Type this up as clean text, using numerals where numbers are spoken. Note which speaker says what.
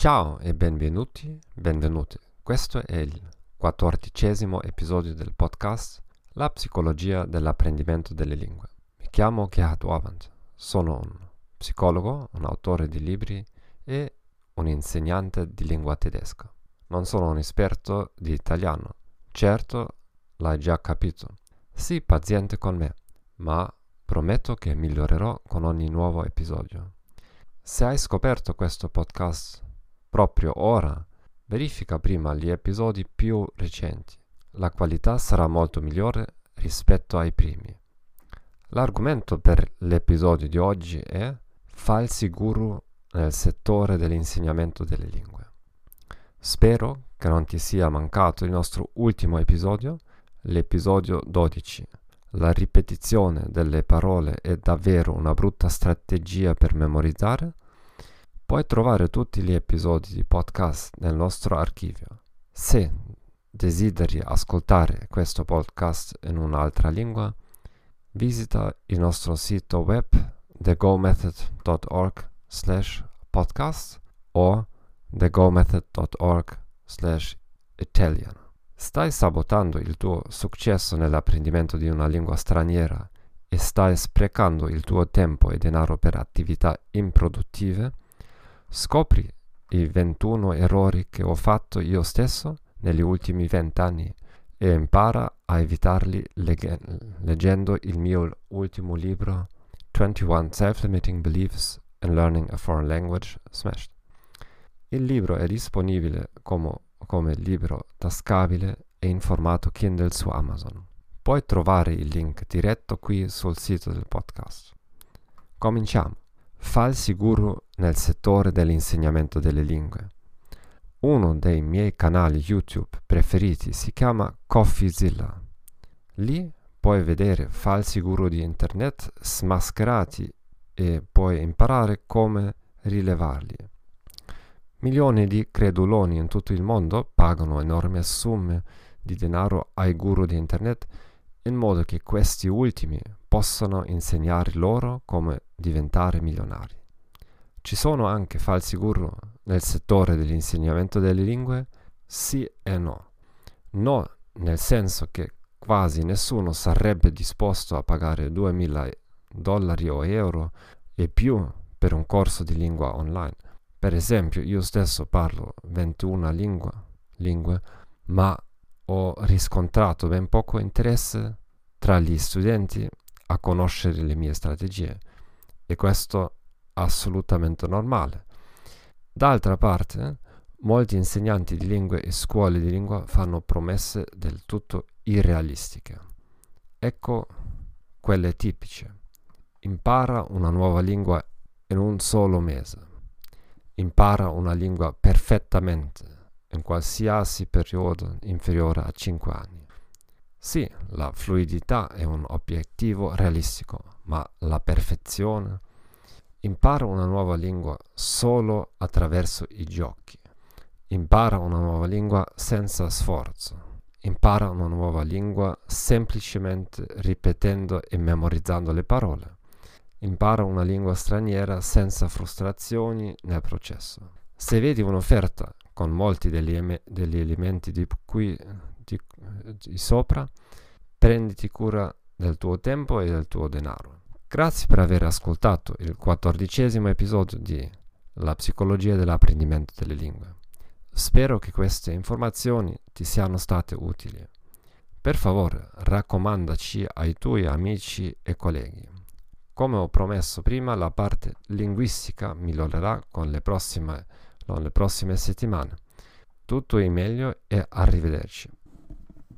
Speaker 1: Ciao e benvenuti. Questo è il 14° episodio del podcast La psicologia dell'apprendimento delle lingue. Mi chiamo Gerhard Orband, sono un psicologo, un autore di libri e un insegnante di lingua tedesca. Non sono un esperto di italiano, certo l'hai già capito. Sii paziente con me, ma prometto che migliorerò con ogni nuovo episodio. Se hai scoperto questo podcast proprio ora, verifica prima gli episodi più recenti. La qualità sarà molto migliore rispetto ai primi. L'argomento per l'episodio di oggi è falsi guru nel settore dell'insegnamento delle lingue. Spero che non ti sia mancato il nostro ultimo episodio, l'episodio 12. La ripetizione delle parole è davvero una brutta strategia per memorizzare? Puoi trovare tutti gli episodi di podcast nel nostro archivio. Se desideri ascoltare questo podcast in un'altra lingua, visita il nostro sito web thegomethod.org/podcast o thegomethod.org/Italian. Stai sabotando il tuo successo nell'apprendimento di una lingua straniera e stai sprecando il tuo tempo e denaro per attività improduttive? Scopri i 21 errori che ho fatto io stesso negli ultimi 20 anni e impara a evitarli leggendo il mio ultimo libro 21 Self-Limiting Beliefs in Learning a Foreign Language Smashed. Il libro è disponibile come libro tascabile e in formato Kindle su Amazon. Puoi trovare il link diretto qui sul sito del podcast. Cominciamo. Falsi guru nel settore dell'insegnamento delle lingue. Uno dei miei canali YouTube preferiti si chiama Coffeezilla. Lì puoi vedere falsi guru di internet smascherati e puoi imparare come rilevarli. Milioni di creduloni in tutto il mondo pagano enormi somme di denaro ai guru di internet in modo che questi ultimi possano insegnare loro come diventare milionari. Ci sono anche falsi guru nel settore dell'insegnamento delle lingue? Sì e no. No, nel senso che quasi nessuno sarebbe disposto a pagare $2.000 o euro e più per un corso di lingua online. Per esempio, io stesso parlo 21 lingue, ma ho riscontrato ben poco interesse tra gli studenti a conoscere le mie strategie e questo è assolutamente normale. D'altra parte, molti insegnanti di lingue e scuole di lingua fanno promesse del tutto irrealistiche. Ecco quelle tipiche. Impara una nuova lingua in un solo mese. Impara una lingua perfettamente in qualsiasi periodo inferiore a 5 anni. Sì, la fluidità è un obiettivo realistico, ma la perfezione? Impara una nuova lingua solo attraverso i giochi. Impara una nuova lingua senza sforzo. Impara una nuova lingua semplicemente ripetendo e memorizzando le parole. Impara una lingua straniera senza frustrazioni nel processo. Se vedi un'offerta con molti degli elementi di sopra, prenditi cura del tuo tempo e del tuo denaro. Grazie per aver ascoltato il 14° episodio di La psicologia dell'apprendimento delle lingue. Spero che queste informazioni ti siano state utili. Per favore, raccomandaci ai tuoi amici e colleghi. Come ho promesso prima, la parte linguistica migliorerà con le prossime settimane. Tutto il meglio e arrivederci.